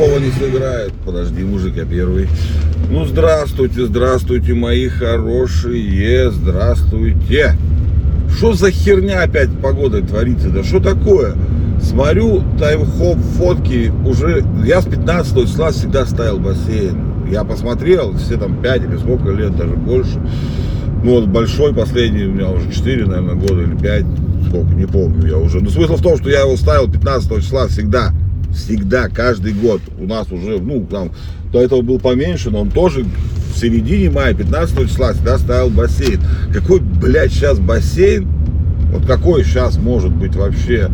слова не сыграет. Подожди, мужик, я первый. Ну, здравствуйте, здравствуйте, мои хорошие, здравствуйте. Что за херня опять погодой творится? Да что такое? Смотрю, тайм-хоп, фотки уже... Я с 15 числа всегда ставил бассейн. Я посмотрел, все там 5 или сколько лет, даже больше. Ну, вот большой, последний у меня уже 4, наверное, года или 5. Сколько, не помню я уже. Но смысл в том, что я его ставил 15 числа всегда. Всегда, каждый год. У нас уже, ну, там, до этого был поменьше, но он тоже в середине мая, 15 числа всегда ставил бассейн. Какой, блядь, сейчас бассейн? Вот какой сейчас может быть вообще...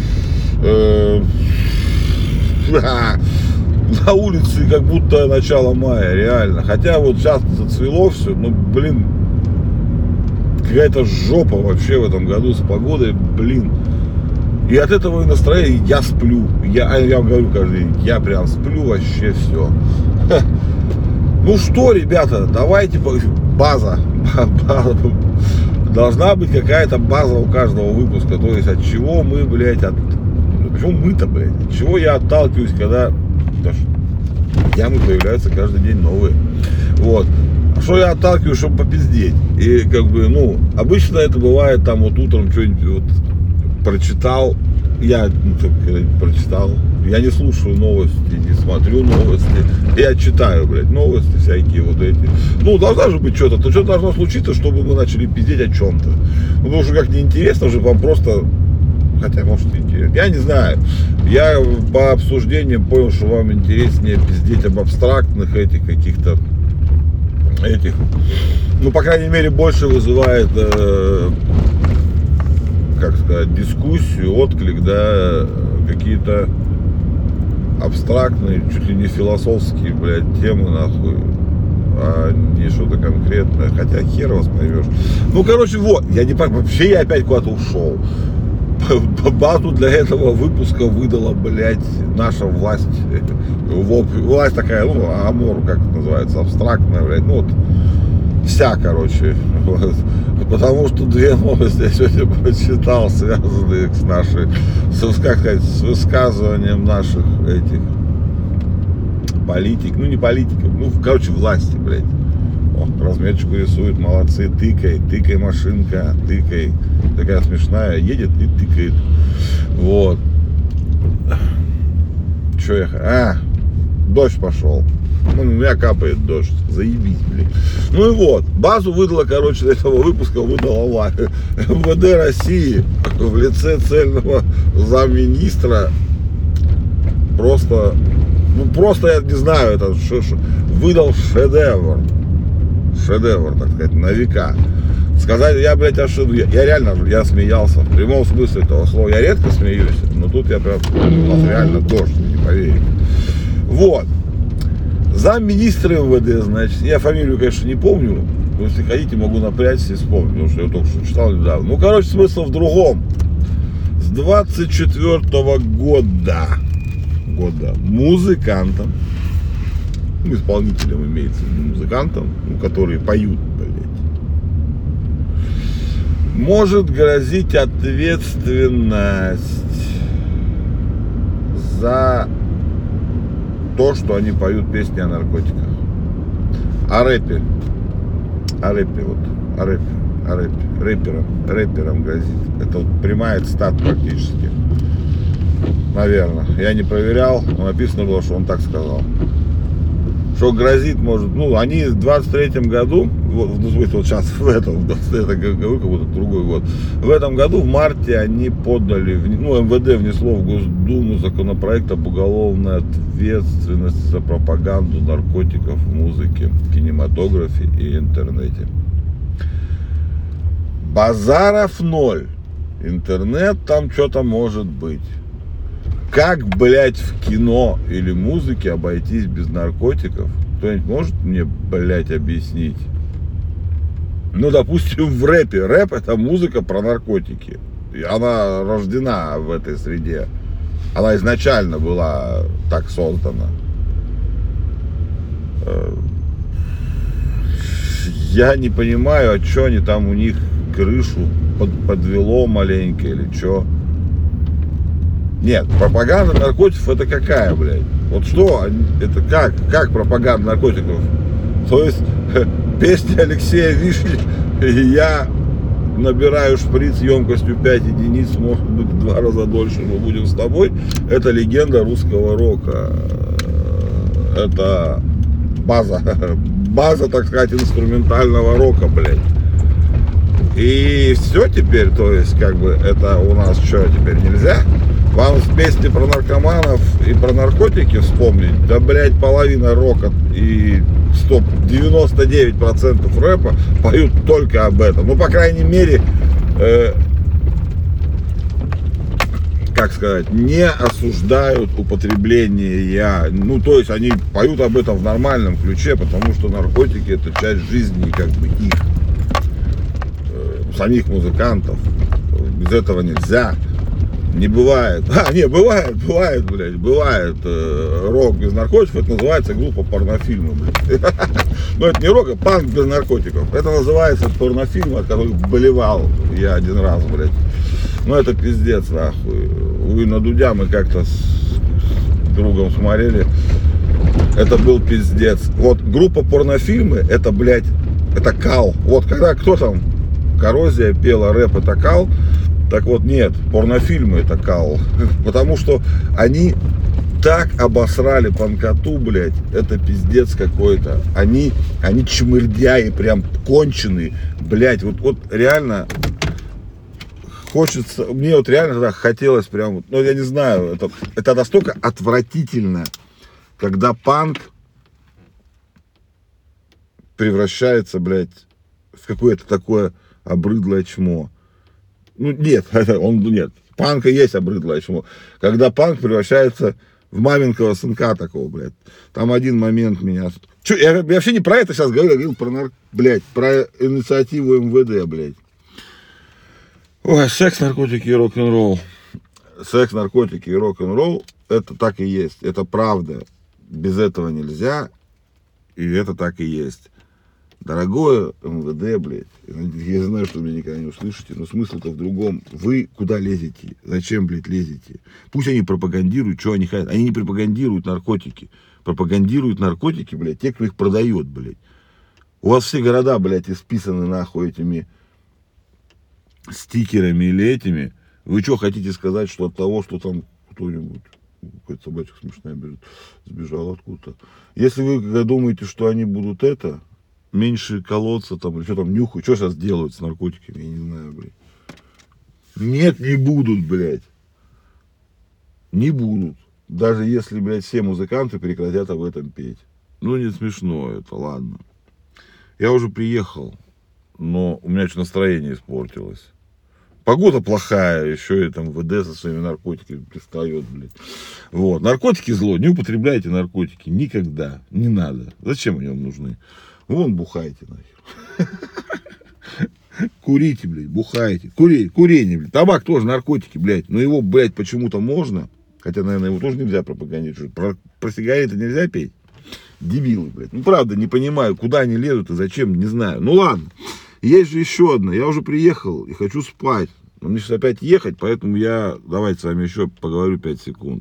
на улице как будто начало мая, реально. Хотя вот сейчас зацвело все, ну, блин, какая-то жопа вообще в этом году с погодой, блин. И от этого и настроения я сплю. Я говорю каждый день, я прям сплю вообще все. Ну что, ребята, давайте, база. Должна быть какая-то база у каждого выпуска. То есть от чего мы, блядь, почему мы-то, блядь, от чего я отталкиваюсь, когда ямы появляются каждый день новые. Вот. А что я отталкиваюсь, чтобы попиздеть? И как бы, ну, обычно это бывает там вот утром что-нибудь вот прочитал. Я прочитал. Я не слушаю новости, не смотрю новости. Я читаю, блядь, новости всякие вот эти. Ну, должна же быть что-то. То что должно случиться, чтобы мы начали пиздеть о чем-то. Ну, потому что как неинтересно же вам просто... Хотя, может, интересно. Я не знаю. Я по обсуждениям понял, что вам интереснее пиздеть об абстрактных этих каких-то этих. Ну, по крайней мере, больше вызывает, как сказать, дискуссию, отклик, да, какие-то абстрактные, чуть ли не философские, блядь, темы, нахуй, а не что-то конкретное. Хотя хер вас поймешь. Ну, короче, вот, я не понимаю, вообще я опять куда-то ушел. Базу для этого выпуска выдала, блядь, наша власть. Власть такая, ну, Амор, как это называется, абстрактная, блядь, ну, вот, вся, короче. Потому что две новости я сегодня прочитал, связанные с нашей, как сказать, с высказыванием наших этих политик, ну, не политиков, ну, короче, власти, блядь. Разметочку рисует, молодцы, тыкай машинка, тыкай, такая смешная, едет и тыкает, вот. Че я, дождь пошел, ну, у меня капает дождь, заебись, блин. Ну и вот, базу выдала, короче, для этого выпуска выдала МВД России в лице цельного замминистра, просто, ну, просто я не знаю, это выдал шедевр, так сказать, на века. Сказать, я, блядь, я реально, я смеялся, в прямом смысле этого слова. Я редко смеюсь, но тут я прям, у нас реально дождь, не поверите. Вот. Замминистра МВД, значит, я фамилию, конечно, не помню, но если хотите, могу напрячься и вспомнить, потому что я только что читал недавно. Ну, короче, смысл в другом. С 24-го года музыкантам, исполнителям имеется, музыкантам, ну, которые поют, блядь, может грозить ответственность за то, что они поют песни о наркотиках. Рэперам грозит. Это вот прямая цитата практически. Наверное. Я не проверял, но написано было, что он так сказал. Что грозит, может, ну, они в 23-м году, вот сейчас в этом, это как будто другой год, в этом году, в марте, они подали, ну, МВД внесло в Госдуму законопроект об уголовной ответственности за пропаганду наркотиков в музыке, кинематографе и интернете. Базаров ноль. Интернет там что-то может быть. Как, блядь, в кино или музыке обойтись без наркотиков? Кто-нибудь может мне, блядь, объяснить? Ну, допустим, в рэпе. Рэп — это музыка про наркотики. И она рождена в этой среде. Она изначально была так создана. Я не понимаю, а что они там у них крышу подвело маленько или что. Нет, пропаганда наркотиков это какая, блядь? Вот что, это как пропаганда наркотиков? То есть песня Алексея Вишни «Я набираю шприц емкостью 5 единиц, может быть в 2 раза дольше мы будем с тобой», это легенда русского рока. Это база, так сказать, инструментального рока, блядь. И все теперь, то есть, как бы, это у нас что, теперь нельзя? Вам с песни про наркоманов и про наркотики вспомнить? Да, блядь, половина рока и 99% рэпа поют только об этом. Ну, по крайней мере, как сказать, не осуждают употребление. Ну, то есть, они поют об этом в нормальном ключе, потому что наркотики это часть жизни, как бы, их. Самих музыкантов. Без этого нельзя. Не бывает. Бывает, блядь. Бывает рок без наркотиков. Это называется группа порнофильмы, блядь. Но это не рок, а панк без наркотиков. Это называется порнофильмы, от которых болевал я один раз, блядь. Ну это пиздец, нахуй. Вы на Дудя мы как-то с другом смотрели. Это был пиздец. Вот группа порнофильмы, это, блядь, это кал. Вот когда кто там, Коррозия пела рэп это кал, так вот нет, порнофильмы это кал. Потому что они так обосрали панкоту, блядь, это пиздец какой-то. Они чмырдяи, прям конченые, блядь, вот реально хочется, мне вот реально тогда хотелось прям, ну я не знаю, это настолько отвратительно, когда панк превращается, блядь, в какое-то такое обрыдлое чмо. Ну, нет, нет. Панк и есть обрыдлое чмо. Когда панк превращается в маменького сынка такого, блядь. Там один момент меня... я вообще не про это сейчас говорю, я говорил про, блядь, про инициативу МВД, блядь. Ой, секс, наркотики и рок-н-ролл. Секс, наркотики и рок-н-ролл, это так и есть. Это правда. Без этого нельзя. И это так и есть. Дорогое МВД, блядь, я знаю, что вы меня никогда не услышите, но смысл-то в другом. Вы куда лезете? Зачем, блядь, лезете? Пусть они пропагандируют, что они хотят. Они не пропагандируют наркотики. Пропагандируют наркотики, блядь, те, кто их продает, блядь. У вас все города, блядь, исписаны нахуй этими стикерами или этими. Вы что хотите сказать, что от того, что там кто-нибудь, какая-то собачка смешная бежит, сбежала откуда-то. Если вы думаете, что они будут это... меньше колодца там, или что там нюхают, что сейчас делают с наркотиками, я не знаю, блядь. Нет, не будут, блядь. Не будут. Даже если, блядь, все музыканты прекратят об этом петь. Ну, не смешно это, ладно. Я уже приехал, но у меня что настроение испортилось. Погода плохая, еще и там МВД со своими наркотиками пристает, блядь. Вот. Наркотики зло, не употребляйте наркотики никогда, не надо. Зачем они вам нужны? Вон бухайте нахер. Курите, блядь, бухайте. Курение, блядь. Табак тоже наркотики, блядь. Но его, блядь, почему-то можно. Хотя, наверное, его тоже нельзя пропагандировать. Про сигареты нельзя петь. Дебилы, блядь. Ну, правда, не понимаю, куда они лезут и зачем, не знаю. Ну, ладно. Есть же еще одна. Я уже приехал и хочу спать. Но мне сейчас опять ехать, поэтому давайте с вами еще поговорю 5 секунд.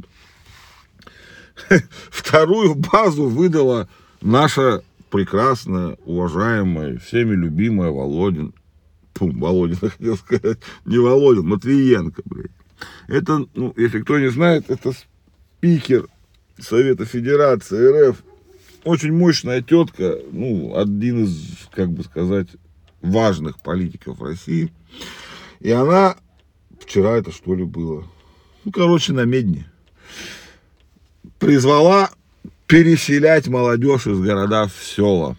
Вторую базу выдала наша прекрасная, уважаемая, всеми любимая Володин. Володин, хотел сказать. Не Володин, Матвиенко, блядь. Это, ну, если кто не знает, это спикер Совета Федерации РФ. Очень мощная тетка, ну, один из, как бы сказать, важных политиков России. И она, вчера это что ли было, ну, короче, на Медне, призвала переселять молодежь из городов в села.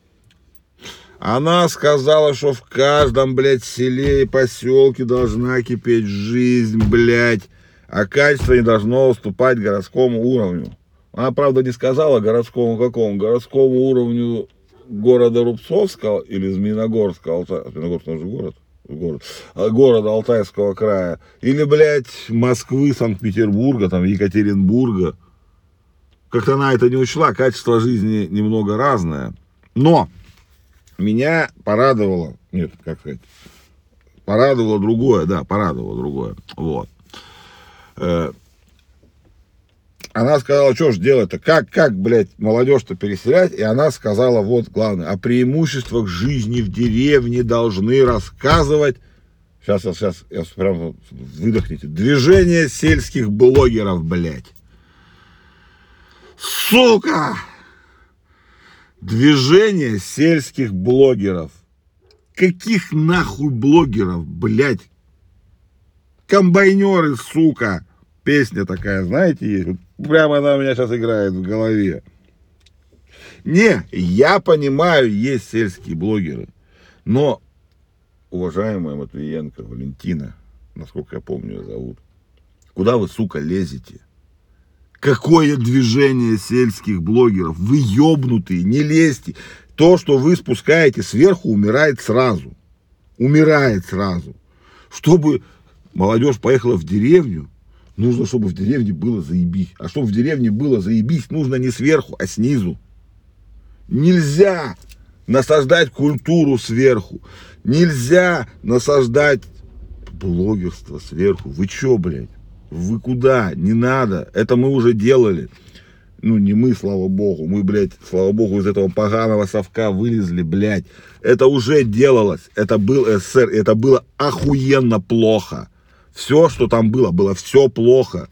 Она сказала, что в каждом, блядь, селе и поселке должна кипеть жизнь, блядь, а качество не должно уступать городскому уровню. Она, правда, не сказала городскому какому, городскому уровню города Рубцовского или Змеиногорска, Змеиногорск тоже города Алтайского края, или, блядь, Москвы, Санкт-Петербурга, там, Екатеринбурга. Как-то она это не учла, качество жизни немного разное. Но меня порадовало, нет, как сказать, порадовало другое. Вот. Она сказала, что ж делать-то, как, блядь, молодежь-то переселять? И она сказала, вот главное, о преимуществах жизни в деревне должны рассказывать, сейчас, прям выдохните, движение сельских блогеров, блядь. Сука! Движение сельских блогеров. Каких нахуй блогеров, блядь? Комбайнеры, сука. Песня такая, знаете, есть. Вот прямо она у меня сейчас играет в голове. Не, я понимаю, есть сельские блогеры. Но, уважаемая Матвиенко, Валентина, насколько я помню ее зовут, куда вы, сука, лезете? Какое движение сельских блогеров? Вы ёбнутые, не лезьте. То, что вы спускаете сверху, умирает сразу. Умирает сразу. Чтобы молодежь поехала в деревню, нужно, чтобы в деревне было заебись. А чтобы в деревне было заебись, нужно не сверху, а снизу. Нельзя насаждать культуру сверху. Нельзя насаждать блогерство сверху. Вы чё, блядь? Вы куда? Не надо. Это мы уже делали. Ну, не мы, слава богу. Мы, блядь, слава богу, из этого поганого совка вылезли, блядь. Это уже делалось. Это был СССР. Это было охуенно плохо. Все, что там было все плохо.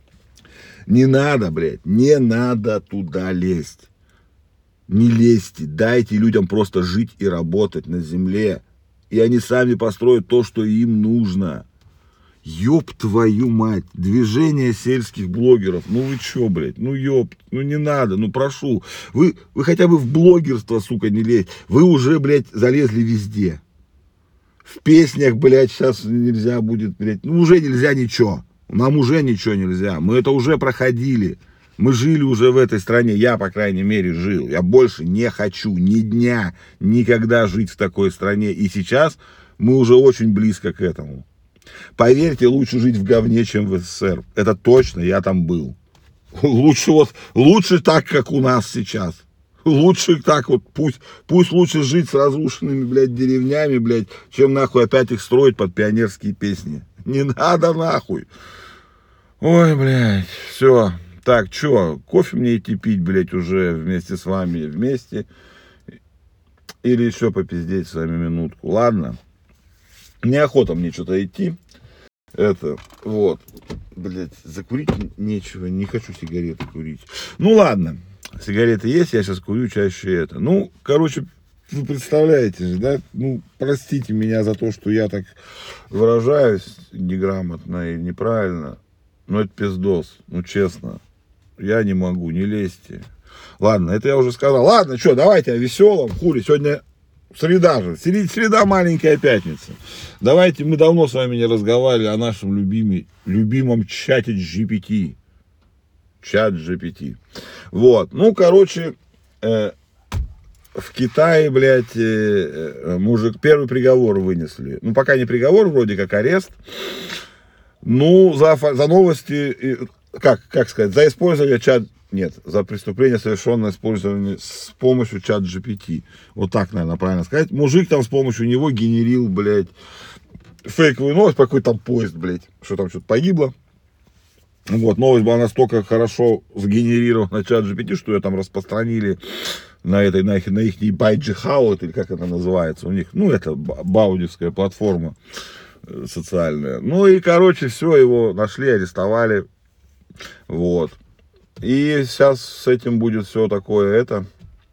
Не надо, блядь. Не надо туда лезть. Не лезьте. Дайте людям просто жить и работать на земле. И они сами построят то, что им нужно. Ёб твою мать, движение сельских блогеров, ну вы чё, блядь, ну ёб, ну не надо, ну прошу, вы хотя бы в блогерство, сука, не лезьте, вы уже, блядь, залезли везде, в песнях, блядь, сейчас нельзя будет, блядь, ну уже нельзя ничего, нам уже ничего нельзя, мы это уже проходили, мы жили уже в этой стране, я, по крайней мере, жил, я больше не хочу ни дня, никогда жить в такой стране, и сейчас мы уже очень близко к этому. Поверьте, лучше жить в говне, чем в СССР. Это точно, я там был. Лучше так, как у нас сейчас. Лучше так вот, пусть лучше жить с разрушенными, блядь, деревнями, блядь, чем нахуй опять их строить под пионерские песни. Не надо нахуй. Ой, блядь, все. Так, чё, кофе мне идти пить, блядь, уже вместе с вами, вместе? Или еще попиздеть с вами минутку? Ладно. Неохота мне что-то идти. Это, вот. Блять, закурить нечего. Не хочу сигареты курить. Ну ладно. Сигареты есть, я сейчас курю чаще это. Ну, короче, вы представляете же, да? Ну, простите меня за то, что я так выражаюсь неграмотно и неправильно. Но это пиздос. Ну, честно. Я не могу, не лезьте. Ладно, это я уже сказал. Ладно, что, давайте о веселом. Хули, сегодня... Среда же, среда маленькая пятница. Давайте, мы давно с вами не разговаривали о нашем любимом чате GPT. Чат GPT. Вот, ну, короче, в Китае, блядь, мужик, первый приговор вынесли. Ну, пока не приговор, вроде как арест. Ну, за новости, как сказать, за использование чат... Нет, за преступление, совершенное с помощью чат GPT. Вот так, наверное, правильно сказать. Мужик там с помощью него генерил, блядь, фейковую новость про какой-то там поезд, блядь, что там что-то погибло. Вот, новость была настолько хорошо сгенерирована на чат GPT, что ее там распространили на их Байджихаут, или как это называется у них. Ну, это баудевская платформа социальная. Ну, и, короче, все, его нашли, арестовали. Вот. И сейчас с этим будет все такое это.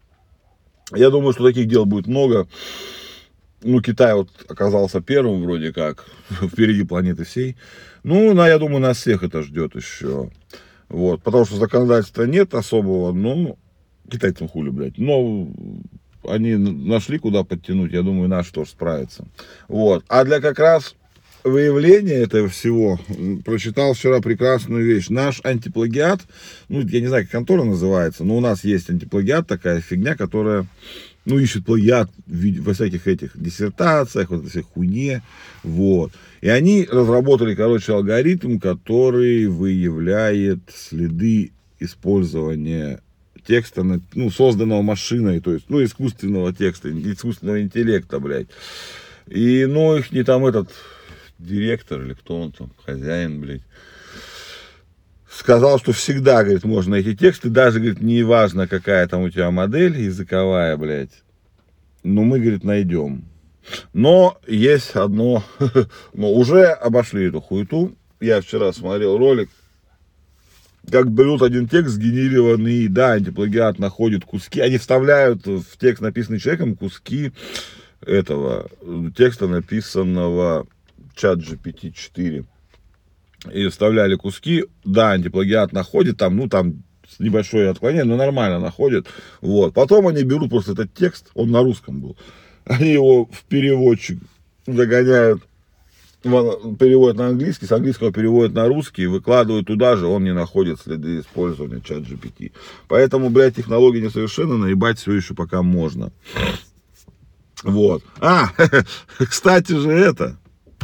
Я думаю, что таких дел будет много. Ну, Китай вот оказался первым вроде как, впереди планеты всей. Ну, я думаю, нас всех это ждет еще. Вот, потому что законодательства нет особого, но китайцам хули, блядь. Но они нашли, куда подтянуть, я думаю, наши тоже справятся. Вот, а для как раз... выявление этого всего, прочитал вчера прекрасную вещь. Наш антиплагиат, ну, я не знаю, как контора называется, но у нас есть антиплагиат, такая фигня, которая, ну, ищет плагиат во всяких этих диссертациях, вот всех хуйне, вот. И они разработали, короче, алгоритм, который выявляет следы использования текста, ну, созданного машиной, то есть, ну, искусственного текста, искусственного интеллекта, блядь. И, ну, их не там этот... директор или кто он там, хозяин, блядь, сказал, что всегда, говорит, можно найти тексты, даже, говорит, не важно, какая там у тебя модель языковая, блядь, но мы, говорит, найдем. Но есть одно, но уже обошли эту хуету. Я вчера смотрел ролик, как берут один текст сгенерированный, да, антиплагиат находит куски, они вставляют в текст, написанный человеком, куски этого текста, написанного ChatGPT-4. И вставляли куски, да, антиплагиат находит, там, ну, там, небольшое отклонение, но нормально находит, вот. Потом они берут просто этот текст, он на русском был, они его в переводчик загоняют, переводят на английский, с английского переводят на русский, выкладывают туда же, он не находит следы использования ChatGPT. Поэтому, блядь, технология несовершенна, наебать все еще пока можно. Вот. Кстати же это,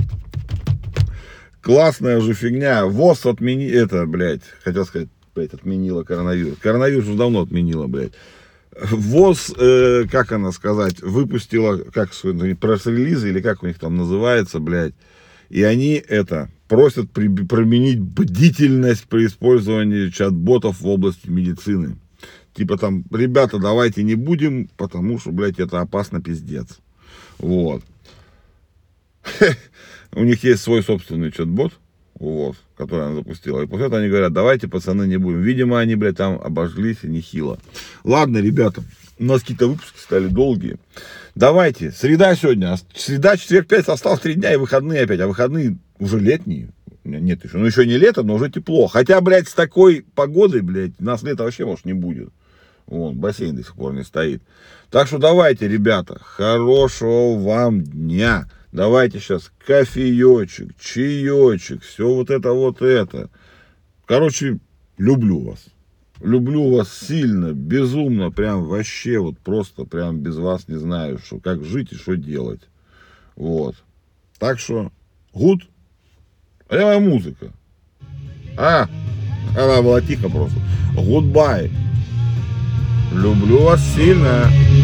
классная же фигня, ВОЗ хотел сказать, блядь, отменила коронавирус. Коронавирус уже давно отменила, блядь. ВОЗ, как она сказать, выпустила, как пресс-релизы, или как у них там называется, блядь, и они просят применить бдительность при использовании чат-ботов в области медицины. Типа там, ребята, давайте не будем, потому что, блядь, это опасно пиздец. Вот. У них есть свой собственный чат-бот, вот, который она запустила. И после этого они говорят, давайте, пацаны, не будем. Видимо, они, блядь, там обожглись и нехило. Ладно, ребята, у нас какие-то выпуски стали долгие. Давайте, среда сегодня. Среда, четверг, пятница, осталось 3 дня и выходные опять. А выходные уже летние. Нет еще. Ну, еще не лето, но уже тепло. Хотя, блядь, с такой погодой, блядь, у нас лето вообще, может, не будет. Вон, бассейн до сих пор не стоит. Так что давайте, ребята, хорошего вам дня. Давайте сейчас кофеечек, чаечек, все вот это. Короче, люблю вас. Люблю вас сильно, безумно, прям вообще вот просто прям без вас не знаю, что, как жить и что делать. Вот. Так что, good. А я моя музыка. Она была тихо просто. Goodbye. Люблю вас сильно.